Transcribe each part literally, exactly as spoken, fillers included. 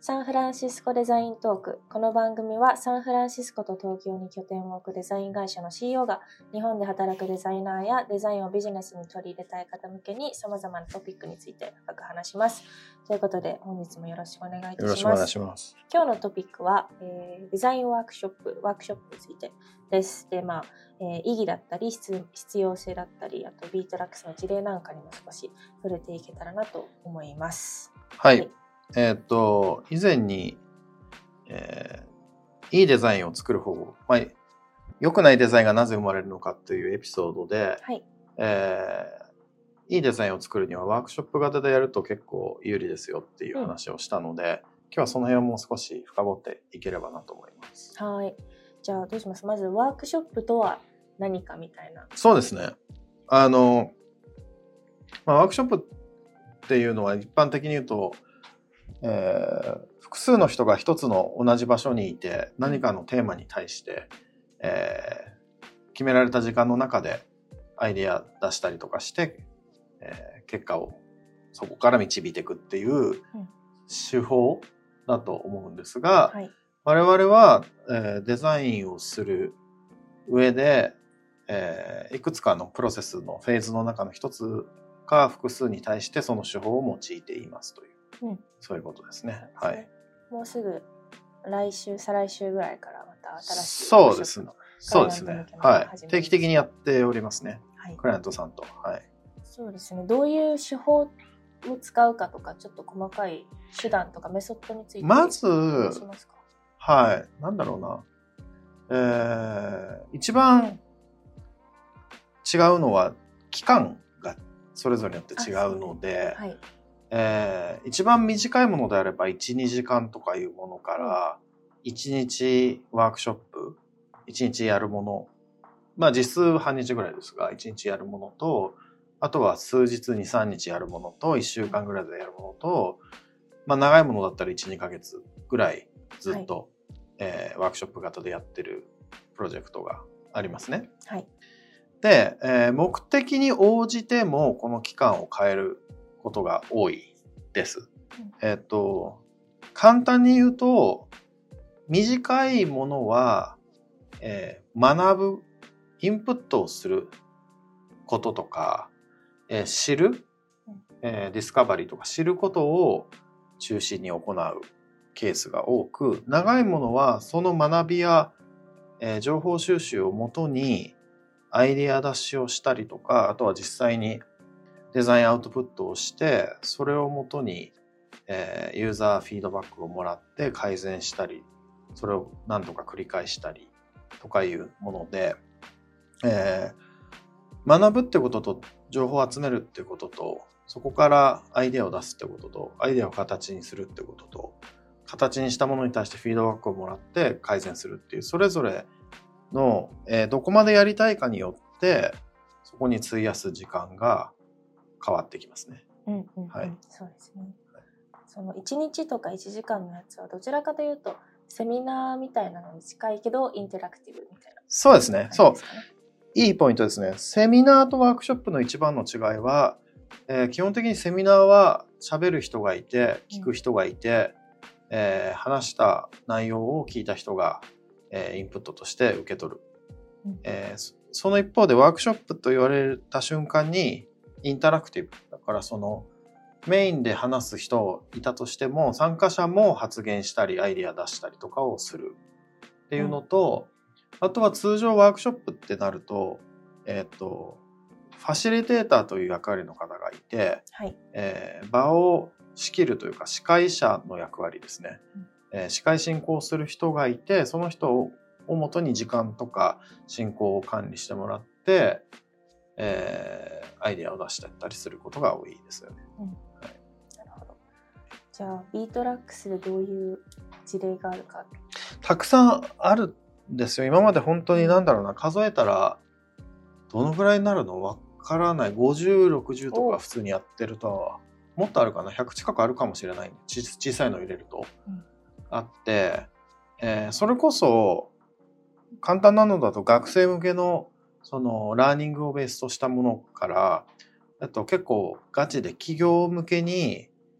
サンフランシスコデザイントーク。この番組はサンフランシスコと東京に拠点を置くデザイン会社の シーイーオー が日本で働くデザイナーやデザインをビジネスに取り入れたい方向けに様々なトピックについて深く話します。ということで本日もよろしくお願いいたします。 よろしくお願いします。 今日のトピックは、えー、デザインワークショップ、ワークショップについてです。で、まあ、えー、意義だったり必要性だったり、あとビートラックスの事例なんかにも少し触れていけたらなと思います。 はい。はい、えー、っと、以前に、えー、いいデザインを作る方法、まあ、良くないデザインがなぜ生まれるのかというエピソードで、 はい、 えー、いいデザインを作るにはワークショップ型でやると結構有利ですよっていう話をしたので、うん、今日はその辺をもう少し深掘っていければなと思います。 はい。じゃあどうします？まずワークショップとは何かみたいな。 そうですね。あの、まあ、ワークショップっていうのは一般的に言うと、えー、複数の人が一つの同じ場所にいて何かのテーマに対して、えー、決められた時間の中でアイデア出したりとかして、えー、結果をそこから導いていくっていう手法だと思うんですが、 はい、 我々は、えー、デザインをする上で、えー、いくつかのプロセスのフェーズの中の一つか複数に対してその手法を用いていますという、うん、そういうことですね。はい。 もうすぐ来週再来週ぐらいからまた新しいそうですね。そうですね。はい。定期的にやっておりますね。 はい、 クライアントさんと。はい。 そうですね。どういう手法を使うかとかちょっと細かい手段とかメソッドについてまずしますか？ はい。なんだろうな。えー、一番違うのは期間がそれぞれによって違うので、 はい、 えー、一番短いものであればいち、にじかんとかいうものから、いちにちワークショップ、いちにちやるもの、まあ実数半日ぐらいですが、いちにちやるものと、あとは数日に、さんにちやるものと、いっしゅうかんぐらいでやるものと、まあ長いものだったらいち、にかげつぐらいずっと、はい、えー、ワークショップ型でやってるプロジェクトがありますね。 はい。 で、えー、目的に応じてもこの期間を変えることが多いです。うん、えっと、簡単に言うと、短いものは、えー、学ぶ、インプットをすることとか、えー、知る、えー、ディスカバリーとか知ることを中心に行うケースが多く、長いものはその学びや、えー、情報収集をもとにアイデア出しをしたりとか、あとは実際にデザインアウトプットをして、それをもとに、えー、ユーザーフィードバックをもらって改善したり、それを何度か繰り返したりとかいうもので、えー、学ぶってことと情報を集めるってことと、そこからアイデアを出すってことと、アイデアを形にするってことと、形にしたものに対してフィードバックをもらって改善するっていう、それぞれの、えー、どこまでやりたいかによって、そこに費やす時間が変わってきますね。 うんうんうん、はい。そうですね。そのいちにちとかいちじかんのやつはどちらかというとセミナーみたいなのに近いけどインタラクティブみたいな。 そうですね。そう。いいポイントですね。セミナーとワークショップの一番の違いは、えー、基本的にセミナーは喋る人がいて、聞く人がいて、うん、えー、話した内容を聞いた人が、えー、インプットとして受け取る。うんえー、その一方でワークショップと言われた瞬間にインタラクティブ。だからそのメインで話す人いたとしても参加者も発言したりアイデア出したりとかをするっていうのと、うん、あとは通常ワークショップってなると、えっと、ファシリテーターという役割の方がいて、 はいえー、場を仕切るというか司会者の役割ですね、うんえー、司会進行する人がいて、その人をもとに時間とか進行を管理してもらって、えー、アイデアを出していったりすることが多いですよね。うんはい、 なるほど。じゃあビートラックスでどういう事例があるか。 たくさんあるんですよ。今まで本当に何だろうな、数えたらどのぐらいになるのわからない。ごじゅう、ろくじゅうとか普通にやってると、もっとあるかな、ひゃく近くあるかもしれない。ち小さいの入れると、うん、あって、えー、それこそ簡単なのだと学生向けのそのラーニングをベースとしたものから、あと結構ガチで企業向けに、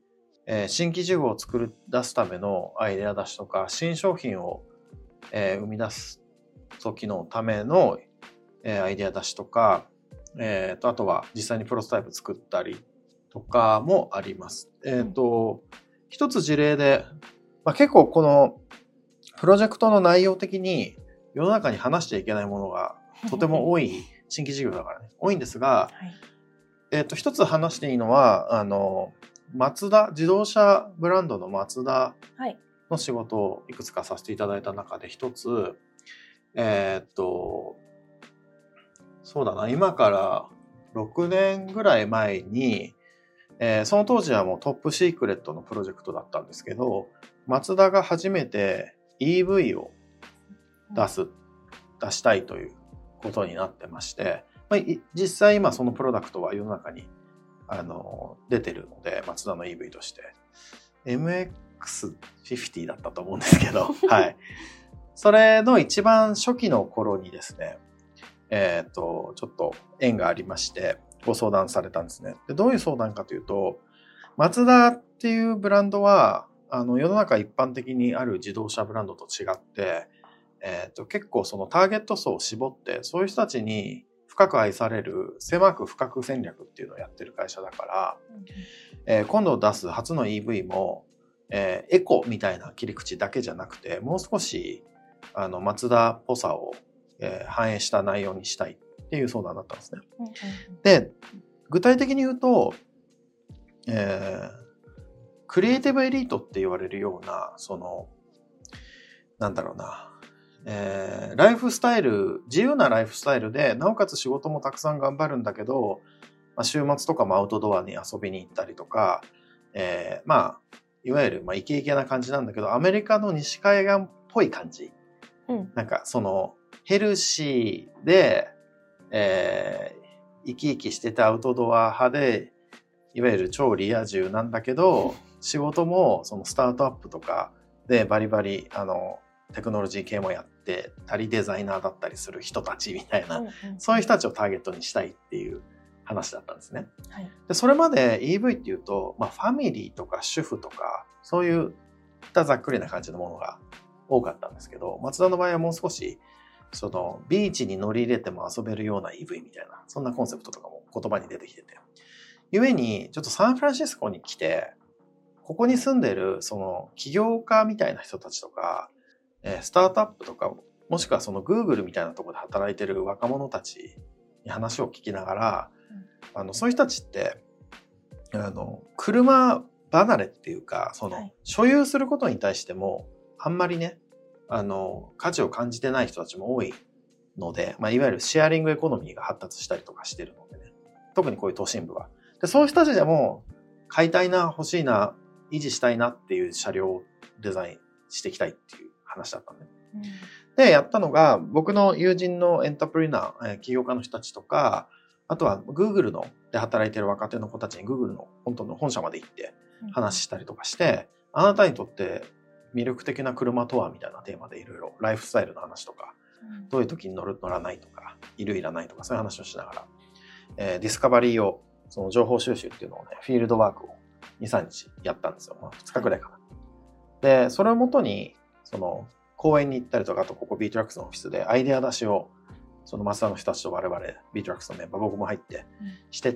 えー、新規事業を作り出すためのアイデア出しとか、新商品を、えー、生み出す時のための、えー、アイデア出しとか、えー、とあとは実際にプロトタイプ作ったりとかもあります。えっと、うん、一つ事例で、まあ、結構このプロジェクトの内容的に世の中に話しちゃいけないものがとても多い新規事業だからね、多いんですが、はい、えっと、一つ話していいのは、あの、マツダ、自動車ブランドのマツダの仕事をいくつかさせていただいた中で一つ、えー、っと、そうだな、今からろくねんぐらい前に、えー、その当時はもうトップシークレットのプロジェクトだったんですけど、マツダが初めて イーブイ を出す、出したいということになってまして、まあ、実際今そのプロダクトは世の中にあの出てるので、マツダの イーブイ として エムエックスフィフティー だったと思うんですけど、はい。それの一番初期の頃にですね、えっと、ちょっと縁がありまして、ご相談されたんですね。で、どういう相談かというと、マツダっていうブランドは、あの、世の中一般的にある自動車ブランドと違って、えっと、結構そのターゲット層を絞って、そういう人たちに深く愛される狭く深く戦略っていうのをやってる会社だから、うんえー、今度出す初の イーブイ も、えー、エコみたいな切り口だけじゃなくて、もう少しあのマツダっぽさを、えー、反映した内容にしたいっていう相談だったんですね。うんうん、で、具体的に言うと、えー、クリエイティブエリートって言われるような、その、なんだろうな、えー、ライフスタイル、自由なライフスタイルで、なおかつ仕事もたくさん頑張るんだけど、まあ、週末とかもアウトドアに遊びに行ったりとか、えー、まあ、いわゆる、まあ、イケイケな感じなんだけど、アメリカの西海岸っぽい感じ。うん、なんか、その、ヘルシーで、えー、生き生きしててアウトドア派で、いわゆる超リア充なんだけど、仕事もそのスタートアップとかでバリバリ、あの、テクノロジー系もやってたりデザイナーだったりする人たちみたいな、うんうん、そういう人たちをターゲットにしたいっていう話だったんですね。はい、でそれまで イーブイ っていうと、まあ、ファミリーとか主婦とかそういったざっくりな感じのものが多かったんですけど、マツダの場合はもう少しそのビーチに乗り入れても遊べるような イーブイ みたいな、そんなコンセプトとかも言葉に出てきてて、ゆえにちょっとサンフランシスコに来て、ここに住んでるその起業家みたいな人たちとか、スタートアップとか、もしくはその Google みたいなところで働いてる若者たちに話を聞きながら、うん、あのそういう人たちってあの車離れっていうか、その、はい、所有することに対してもあんまりね、あの価値を感じてない人たちも多いので、まあ、いわゆるシェアリングエコノミーが発達したりとかしてるのでね、特にこういう都心部は。でそういう人たちでも買いたいな、欲しいな、維持したいなっていう車両をデザインしていきたいっていう話だったんで、うん、でやったのが、僕の友人のエンタープリナー、起業家の人たちとか、あとは Google ので働いてる若手の子たちに Google の本当の本社まで行って話したりとかして、うん、あなたにとって魅力的な車とはみたいなテーマでいろいろライフスタイルの話とか、うん、どういう時に乗る乗らないとか、いるいらないとか、そういう話をしながら、えー、ディスカバリーを、その情報収集っていうのをね、フィールドワークをに、さんにちやったんですよ。まあ、ふつかくらいかな。で、それをもとに、その、公園に行ったりとか、あとここビートラックスのオフィスでアイデア出しを、そのマスターの人たちと我々、ビートラックスのメンバー、僕も入ってしてって、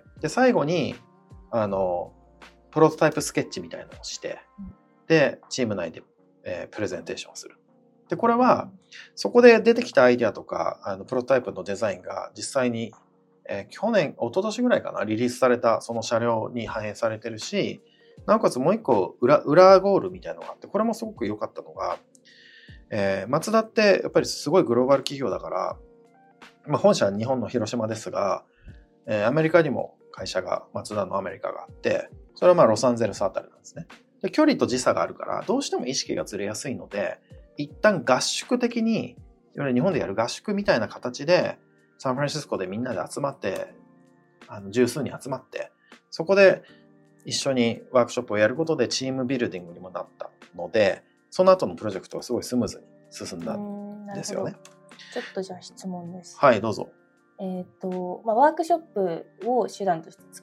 で、最後に、あの、プロトタイプスケッチみたいなのをして、で、チーム内で、えー、プレゼンテーションをする。で、これは、そこで出てきたアイデアとか、あの、プロトタイプのデザインが実際に、えー、去年、一昨年ぐらいかな、リリースされたその車両に反映されてるし、なおかつもう一個裏、裏ゴールみたいなのがあって、これもすごく良かったのが、えー、マツダってやっぱりすごいグローバル企業だから、まあ、本社は日本の広島ですが、えー、アメリカにも会社が、マツダのアメリカがあって、それはまあロサンゼルスあたりなんですね。で、距離と時差があるから、どうしても意識がずれやすいので、一旦合宿的に、いわゆる日本でやる合宿みたいな形で、サンフランシスコでみんなで集まって、あの十数人集まって、そこで一緒にワークショップをやることでチームビルディングにもなったので、その後のプロジェクトがすごいスムーズに進んだんですよね。 ちょっとじゃあ質問です。 はい、どうぞ。 えっと、まあ、ワークショップを手段として使って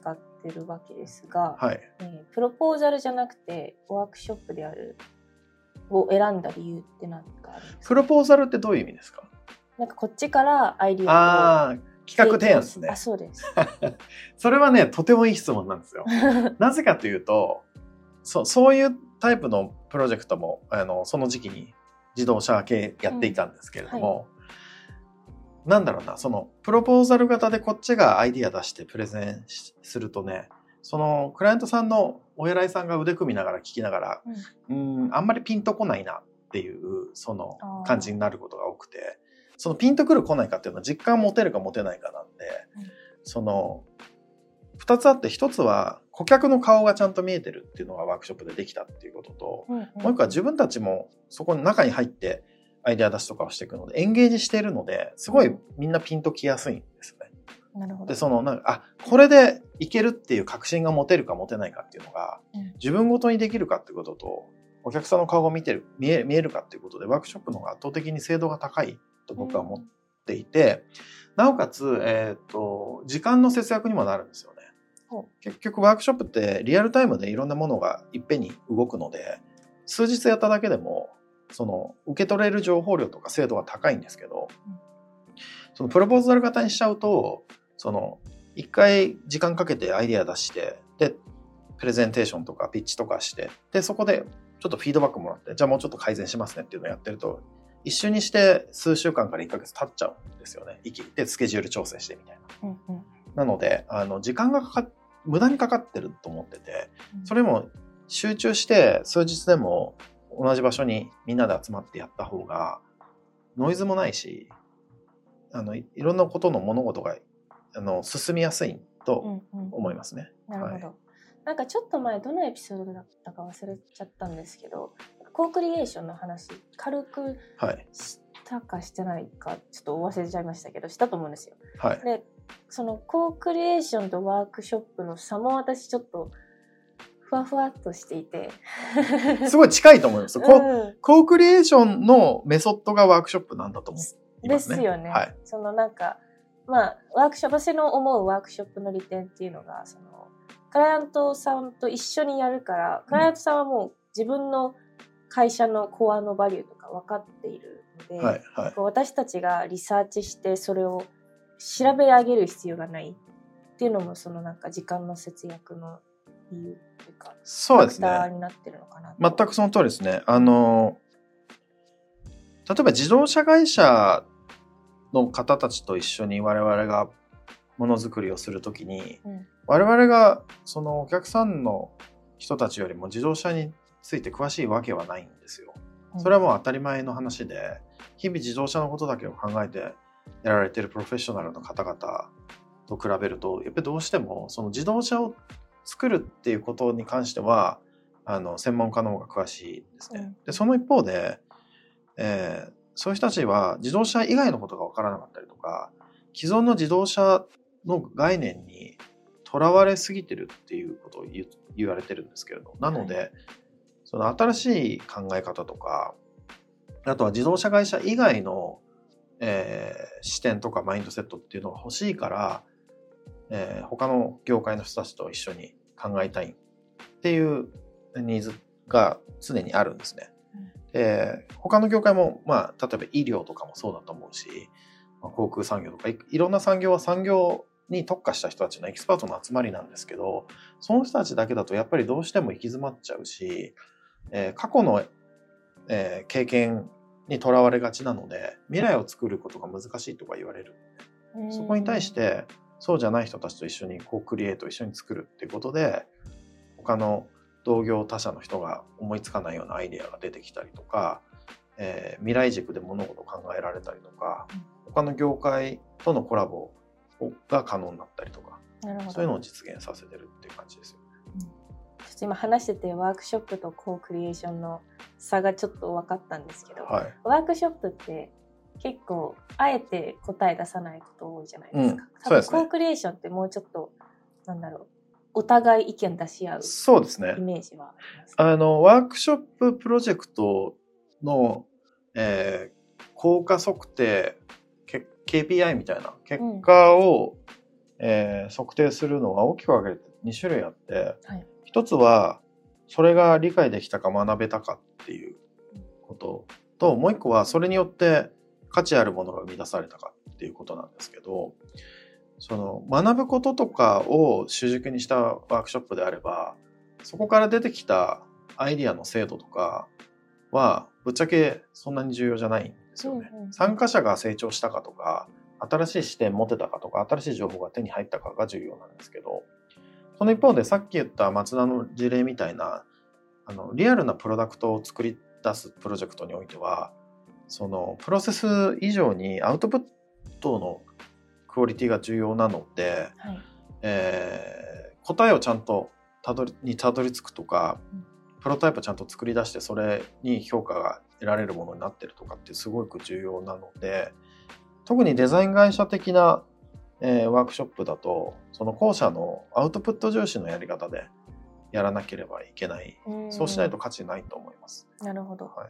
てるわけですが、 はい、 えー、プロポーザルじゃなくてワークショップであるを選んだ理由って何かあるんですか？ プロポーザルってどういう意味ですか？ なんかこっちからアイディアをあ企画提案ですね。 あ、そうです。 それはね、とてもいい質問なんですよ。なぜかというと、そそういうタイプのプロジェクトもあのその時期に自動車系やっていたんですけれども、うんはい、なんだろうな、そのプロポーザル型でこっちがアイディア出してプレゼンするとね、そのクライアントさんのお偉いさんが腕組みながら聞きながら、うん、うーんあんまりピンとこないなっていうその感じになることが多くて、そのピンとくる来ないかっていうのは実感持てるか持てないかなんで、うん、そのふたつあって、ひとつは顧客の顔がちゃんと見えてるっていうのがワークショップでできたっていうことと、うんうん、もう一個は自分たちもそこの中に入ってアイデア出しとかをしていくのでエンゲージしているので、すごいみんなピンときやすいんですね。 うん、なるほど。 でそのなんかあこれでいけるっていう確信が持てるか持てないかっていうのが、うん、自分ごとにできるかっていうこととお客さんの顔が見てる見え、見えるかっていうことでワークショップの方が圧倒的に精度が高いと僕は思っていて、うん、なおかつ、えーと、時間の節約にもなるんですよね。結局ワークショップってリアルタイムでいろんなものがいっぺんに動くので、数日やっただけでもその受け取れる情報量とか精度が高いんですけど、うん、そのプロポーザル型にしちゃうと、その一回時間かけてアイデア出して、でプレゼンテーションとかピッチとかして、でそこでちょっとフィードバックもらって、じゃあもうちょっと改善しますねっていうのをやってると、一緒にして数週間からいっかげつ経っちゃうんですよね。息でスケジュール調整してみたいな。うんうん、なのであの時間がかか無駄にかかってると思ってて、それも集中して数日でも同じ場所にみんなで集まってやった方がノイズもないし、あの い, いろんなことの物事があの進みやすいと思いますね。 うんうん、なるほど、はい、なんかちょっと前どのエピソードだったか忘れちゃったんですけど、コークリエーションの話軽くしたかしてないかちょっと忘れちゃいましたけど、したと思うんですよ。 はい、 でそのコークリエーションとワークショップの差も私ちょっとふわふわっとしていてすごい近いと思います、うん、コークリエーションのメソッドがワークショップなんだと思いますね。 ですよね、 はい、 そのなんかまあワークショップ私の思うワークショップの利点っていうのが、そのクライアントさんと一緒にやるから、クライアントさんはもう自分の会社のコアのバリューとか分かっているので、はいはい、私たちがリサーチしてそれを調べ上げる必要がないっていうのも、そのなんか時間の節約の理由というか、 そうですね、 ファクターになってるのかな。 全くその通りですね。あの例えば自動車会社の方たちと一緒に我々がものづくりをするときに、うん、我々がそのお客さんの人たちよりも自動車について詳しいわけはないんですよ。それはもう当たり前の話で、日々自動車のことだけを考えてやられているプロフェッショナルの方々と比べると、やっぱりどうしてもその自動車を作るっていうことに関してはあの専門家の方が詳しいですね。うん、でその一方で、えー、そういう人たちは自動車以外のことが分からなかったりとか、既存の自動車の概念にとらわれすぎてるっていうことを 言, 言われてるんですけれど、なので、はい、その新しい考え方とか、あとは自動車会社以外の、えー、視点とかマインドセットっていうのが欲しいから、えー、他の業界の人たちと一緒に考えたいっていうニーズが常にあるんですね。うん、で他の業界も、まあ、例えば医療とかもそうだと思うし、まあ、航空産業とか い, いろんな産業は産業に特化した人たちのエキスパートの集まりなんですけど、その人たちだけだとやっぱりどうしても行き詰まっちゃうし、えー、過去の、えー、経験にとらわれがちなので未来を作ることが難しいとか言われる。そこに対してそうじゃない人たちと一緒にコークリエイトを一緒に作るっていうことで、他の同業他社の人が思いつかないようなアイデアが出てきたりとか、えー、未来軸で物事を考えられたりとか、他の業界とのコラボが可能になったりとか、そういうのを実現させてるっていう感じですよね。うん、ちょっと今話しててワークショップとコークリエーションの差がちょっと分かったんですけど、はい、ワークショップって結構あえて答え出さないこと多いじゃないですか。うん、多分コークリエーションってもうちょっとなんだろう、お互い意見出し合うそうですね、 イメージはあります、ね、 あのワークショッププロジェクトの、えー、効果測定 ケーピーアイ みたいな結果を、うんえー、測定するのは大きく分けてに種類あって、 はい、 一つはそれが理解できたか学べたかっていうことと、もう一個はそれによって価値あるものが生み出されたかっていうことなんですけど、その学ぶこととかを主軸にしたワークショップであれば、そこから出てきたアイディアの精度とかはぶっちゃけそんなに重要じゃないんですよね。うんうん、参加者が成長したかとか、新しい視点持てたかとか、新しい情報が手に入ったかが重要なんですけど、その一方でさっき言った松田の事例みたいなあのリアルなプロダクトを作り出すプロジェクトにおいては、そのプロセス以上にアウトプットのクオリティが重要なので、はい、えー、答えをちゃんとたどりにたどり着くとか、うん、プロタイプをちゃんと作り出してそれに評価が得られるものになってるとかってすごく重要なので、特にデザイン会社的な、えー、ワークショップだとその後者のアウトプット重視のやり方でやらなければいけない。そうしないと価値ないと思います。 なるほど。 はい、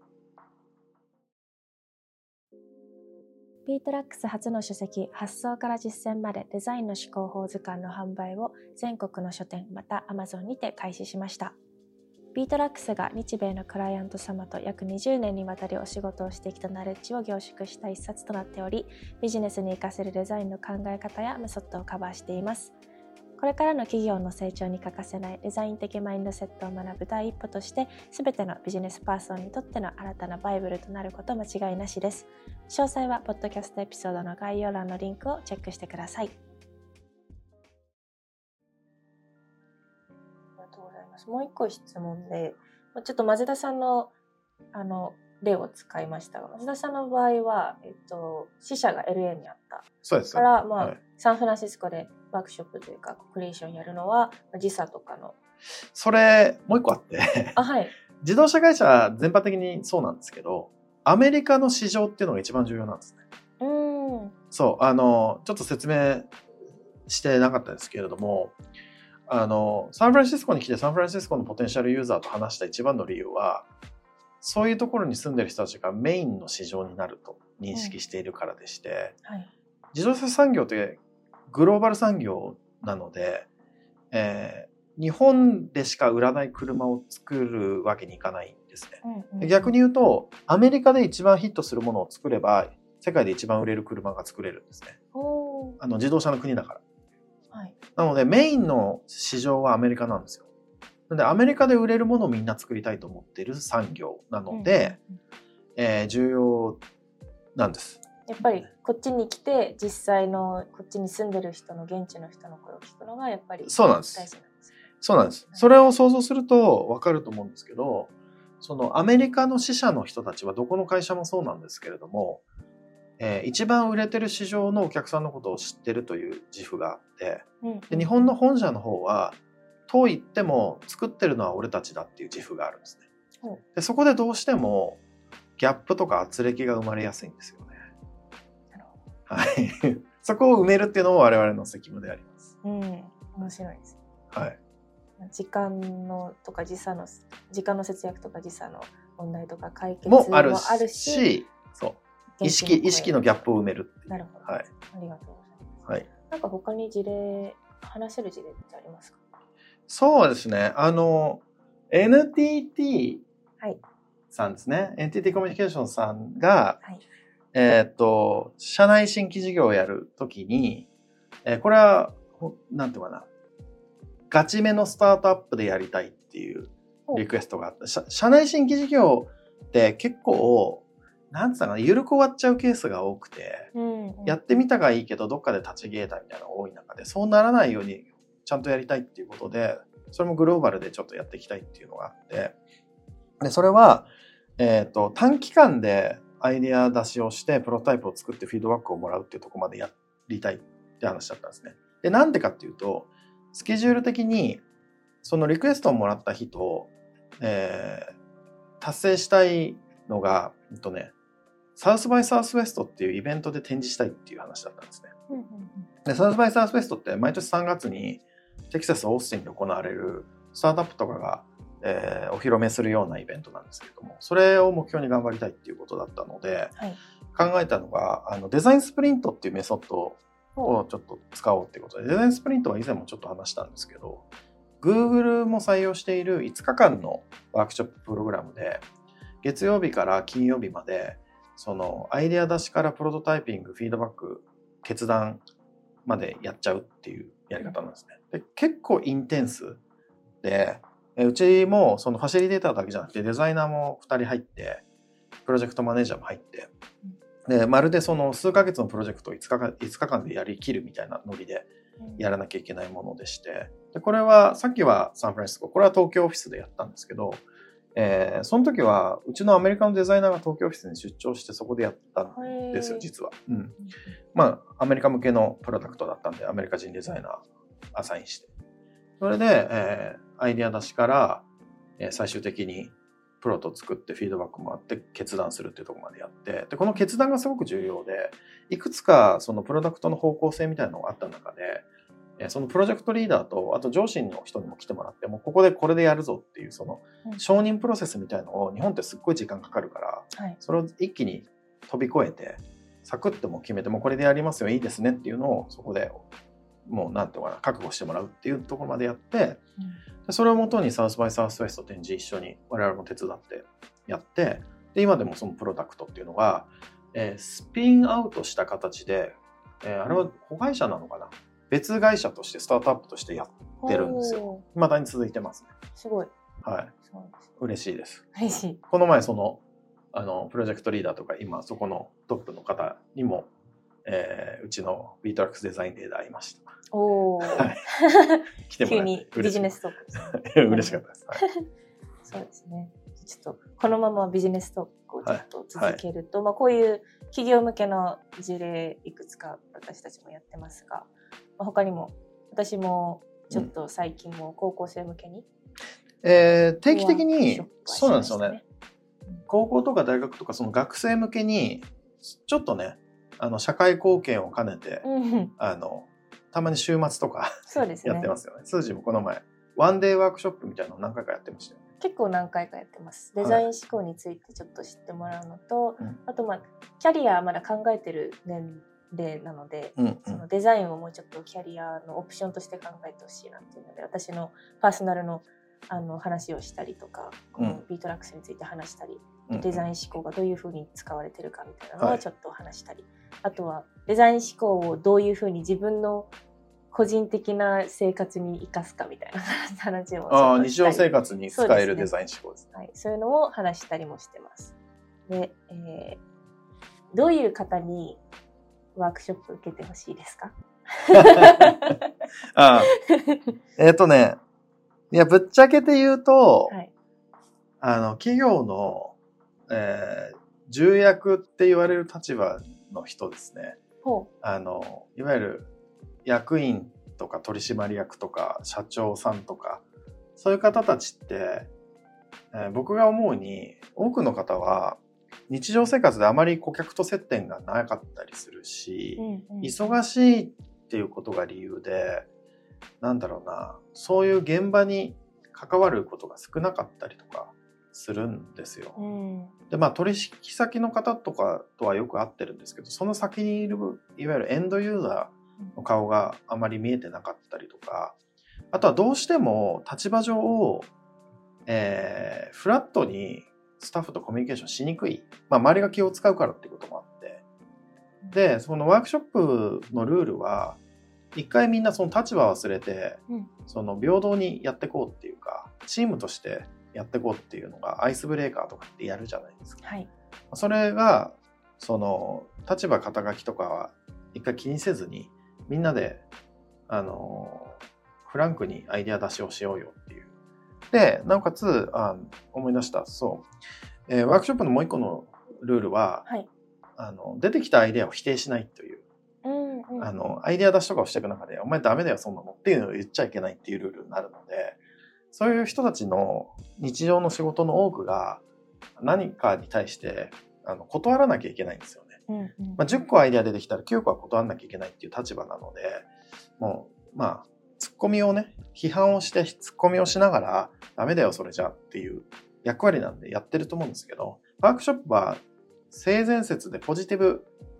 ビートラックス初の書籍発想から実践までデザインの思考法図鑑の販売を全国の書店また Amazon にて開始しました。ビートラックスが日米のクライアント様と約にじゅうねんにわたりお仕事をしてきたナレッジを凝縮した一冊となっており、ビジネスに活かせるデザインの考え方やメソッドをカバーしています。これからの企業の成長に欠かせないデザイン的マインドセットを学ぶ第一歩として、すべてのビジネスパーソンにとっての新たなバイブルとなること間違いなしです。詳細はポッドキャストエピソードの概要欄のリンクをチェックしてください。ありがとうございます。もう一個質問で、ちょっと松田さんのあの例を使いましたが、松田さんの場合は、えっと、支社が エルエー にあった。 そうです。 から、まあ、はい、サンフランシスコでワークショップというかクリエーションやるのは時差とかの。 それもう一個あってあ、はい、 自動車会社全般的にそうなんですけど、アメリカの市場っていうのが一番重要なんですね。 うーん。 そうあのちょっと説明してなかったですけれども、あのサンフランシスコに来てサンフランシスコのポテンシャルユーザーと話した一番の理由は、そういうところに住んでる人たちがメインの市場になると認識しているからでして、うん、はい、自動車産業ってグローバル産業なので、えー、日本でしか売らない車を作るわけにいかないんですね。うんうん、逆に言うとアメリカで一番ヒットするものを作れば世界で一番売れる車が作れるんですね。あの自動車の国だから、はい、なのでメインの市場はアメリカなんですよ。なのでアメリカで売れるものをみんな作りたいと思っている産業なので、うんうんうん、えー、重要なんです。 やっぱりこっちに来て実際のこっちに住んでる人の現地の人の声を聞くのがやっぱり大事なんです。 そうなんです。それを想像すると分かると思うんですけど、そのアメリカの支社の人たちはどこの会社もそうなんですけれども、えー、一番売れてる市場のお客さんのことを知ってるという自負があって、うん、で日本の本社の方はと言っても作ってるのは俺たちだっていう自負があるんですね。うん、でそこでどうしてもギャップとか圧力が生まれやすいんですよね。はい、そこを埋めるっていうのも我々の責務であります。 うん、面白いです。 はい。 時間のとか時差の時間の節約とか時差の問題とか解決もある し, もあるしそう意識意識のギャップを埋めるっていう。 なるほど。はい。ありがとうございます。 はい。 なんか他に事例話せる事例ってありますか？ そうですね。あの エヌティーティー さんですね。はい、エヌティーティー コミュニケーションさんが、はい、えっと、社内新規事業をやるときに、えー、これは、なんていうかな、ガチめのスタートアップでやりたいっていうリクエストがあった。社, 社内新規事業って結構、なんつうかな、ゆるく終わっちゃうケースが多くて、うんうん、やってみたがいいけど、どっかで立ち消えたみたいなのが多い中で、そうならないようにちゃんとやりたいっていうことで、それもグローバルでちょっとやっていきたいっていうのがあって、で、それは、えっと、短期間で、アイデア出しをしてプロトタイプを作ってフィードバックをもらうっていうところまでやりたいって話だったんですね。で、なんでかっていうと、スケジュール的にそのリクエストをもらった日と、えー、達成したいのが、えっとね、サウスバイサウスウェストっていうイベントで展示したいっていう話だったんですね。うんうんうん、で、サウスバイサウスウェストって毎年さんがつにテキサス・オースティンで行われるスタートアップとかがえー、お披露目するようなイベントなんですけれども、それを目標に頑張りたいっていうことだったので、はい、考えたのがあのデザインスプリントっていうメソッドをちょっと使おうっていうことで、デザインスプリントは以前もちょっと話したんですけど、Google も採用しているいつかかんのワークショッププログラムで、月曜日から金曜日まで、そのアイデア出しからプロトタイピング、フィードバック、決断までやっちゃうっていうやり方なんですね。で、結構インテンスで、うちもそのファシリテーターだけじゃなくてデザイナーもふたり入って、プロジェクトマネージャーも入って、でまるでその数ヶ月のプロジェクトをいつかかん、いつかかんでやりきるみたいなノリでやらなきゃいけないものでして、でこれはさっきはサンフランシスコ、これは東京オフィスでやったんですけど、えー、その時はうちのアメリカのデザイナーが東京オフィスに出張してそこでやったんですよ、実は。うん。まあアメリカ向けのプロダクトだったんでアメリカ人デザイナーアサインして、それで、えー、アイデア出しから、えー、最終的にプロト作ってフィードバックもあって決断するっていうところまでやって、でこの決断がすごく重要で、いくつかそのプロダクトの方向性みたいなのがあった中で、そのプロジェクトリーダーとあと上司の人にも来てもらって、もうここでこれでやるぞっていうその承認プロセスみたいのを日本ってすっごい時間かかるから、はい、それを一気に飛び越えてサクッとも決めて、もうこれでやりますよ、いいですねっていうのをそこでもうなんていうかな、覚悟してもらうっていうところまでやって、うん、でそれをもとにサウスバイサウスウェスト展示一緒に我々も手伝ってやって、で今でもそのプロダクトっていうのが、えー、スピンアウトした形で、えー、あれは子会社なのかな、別会社としてスタートアップとしてやってるんですよ。未だに続いてますね。 すごい。 はい。嬉しいです。 嬉しい。 この前そのあのプロジェクトリーダーとか今そこのトップの方にも、えー、うちのビートラックスデザインデーで会いました。 おお。はい。 来てもらって急にビジネストーク。嬉しかったです。はい、 そうですね。ちょっとこのままビジネストークをちょっと続けると、はいはい、まあこういう企業向けの事例いくつか私たちもやってますが、まあ、他にも私もちょっと最近も高校生向けに、うんえー、定期的に、そうなんですよね。高校とか大学とかその学生向けにちょっとね、あの社会貢献を兼ねて、うん、あのたまに週末とかそうです、ね、やってますよね。スージーもこの前ワンデーワークショップみたいなのを何回かやってましたよね。 結構何回かやってます。デザイン思考についてちょっと知ってもらうのと、はい、あとまあキャリアまだ考えてる年齢なので、うんうん、そのデザインをもうちょっとキャリアのオプションとして考えてほしいなっていうので、私のパーソナルのあの話をしたりとか、このビートラックスについて話したり、うん、デザイン思考がどういうふうに使われてるかみたいなのをちょっと話したり、はい、あとはデザイン思考をどういうふうに自分の個人的な生活に生かすかみたいな話をあ日常生活に使えるデザイン思考ですね。 はい、そういうのを話したりもしてます。で、えー、どういう方にワークショップ受けてほしいですか？ ああえっとねいや、ぶっちゃけて言うと、はい、あの、企業の、えー、重役って言われる立場の人ですね。ほう。あの、いわゆる役員とか取締役とか社長さんとか、そういう方たちって、えー、僕が思うに、多くの方は日常生活であまり顧客と接点がなかったりするし、うんうん、忙しいっていうことが理由で、なんだろうな、そういう現場に関わることが少なかったりとかするんですよ。うん、で、まあ取引先の方とかとはよく会ってるんですけど、その先にいるいわゆるエンドユーザーの顔があまり見えてなかったりとか、あとはどうしても立場上、えー、フラットにスタッフとコミュニケーションしにくい、まあ周りが気を使うからっていうこともあって、で、そのワークショップのルールは。一回みんなその立場を忘れて、うん、その平等にやっていこうっていうか、チームとしてやっていこうっていうのがアイスブレーカーとかってやるじゃないですか。はい、それがその立場肩書きとかは一回気にせずにみんなであのフランクにアイデア出しをしようよっていう。でなおかつあ思い出したそう、えー、ワークショップのもう一個のルールは、はい、あの出てきたアイデアを否定しないという。あのアイデア出しとかをしていく中でお前ダメだよそんなのっていうのを言っちゃいけないっていうルールになるので、そういう人たちの日常の仕事の多くが何かに対してあの断らなきゃいけないんですよね。うんうんまあ、じゅっこアイデア出てきたらきゅうこは断らなきゃいけないっていう立場なので、もうまあツッコミをね批判をしてツッコミをしながらダメだよそれじゃっていう役割なんでやってると思うんですけど、ワークショップは性善説でポジティブ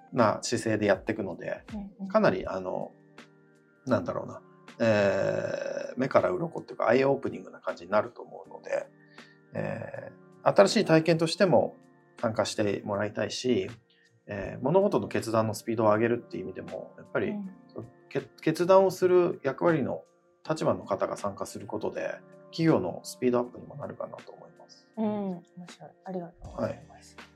な姿勢でやっていくので、かなりあのなんだろうな、えー、目から鱗っていうかアイオープニングな感じになると思うので、えー、新しい体験としても参加してもらいたいし、えー、物事の決断のスピードを上げるっていう意味でもやっぱり、うん、決断をする役割の立場の方が参加することで企業のスピードアップにもなるかなと思います。 うん、面白い。ありがとうございます。はい、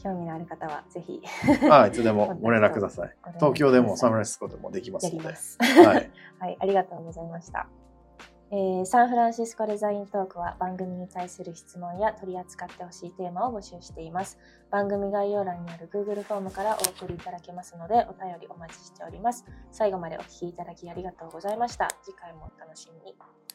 興味のある方はぜひあいつでもご連絡ください。東京でもサンフランシスコでもできますので。やります。 はい、はい、ありがとうございました。えー、サンフランシスコデザイントークは番組に対する質問や取り扱ってほしいテーマを募集しています。番組概要欄にある Google フォームからお送りいただけますのでお便りお待ちしております。最後までお聞きいただきありがとうございました。次回もお楽しみに。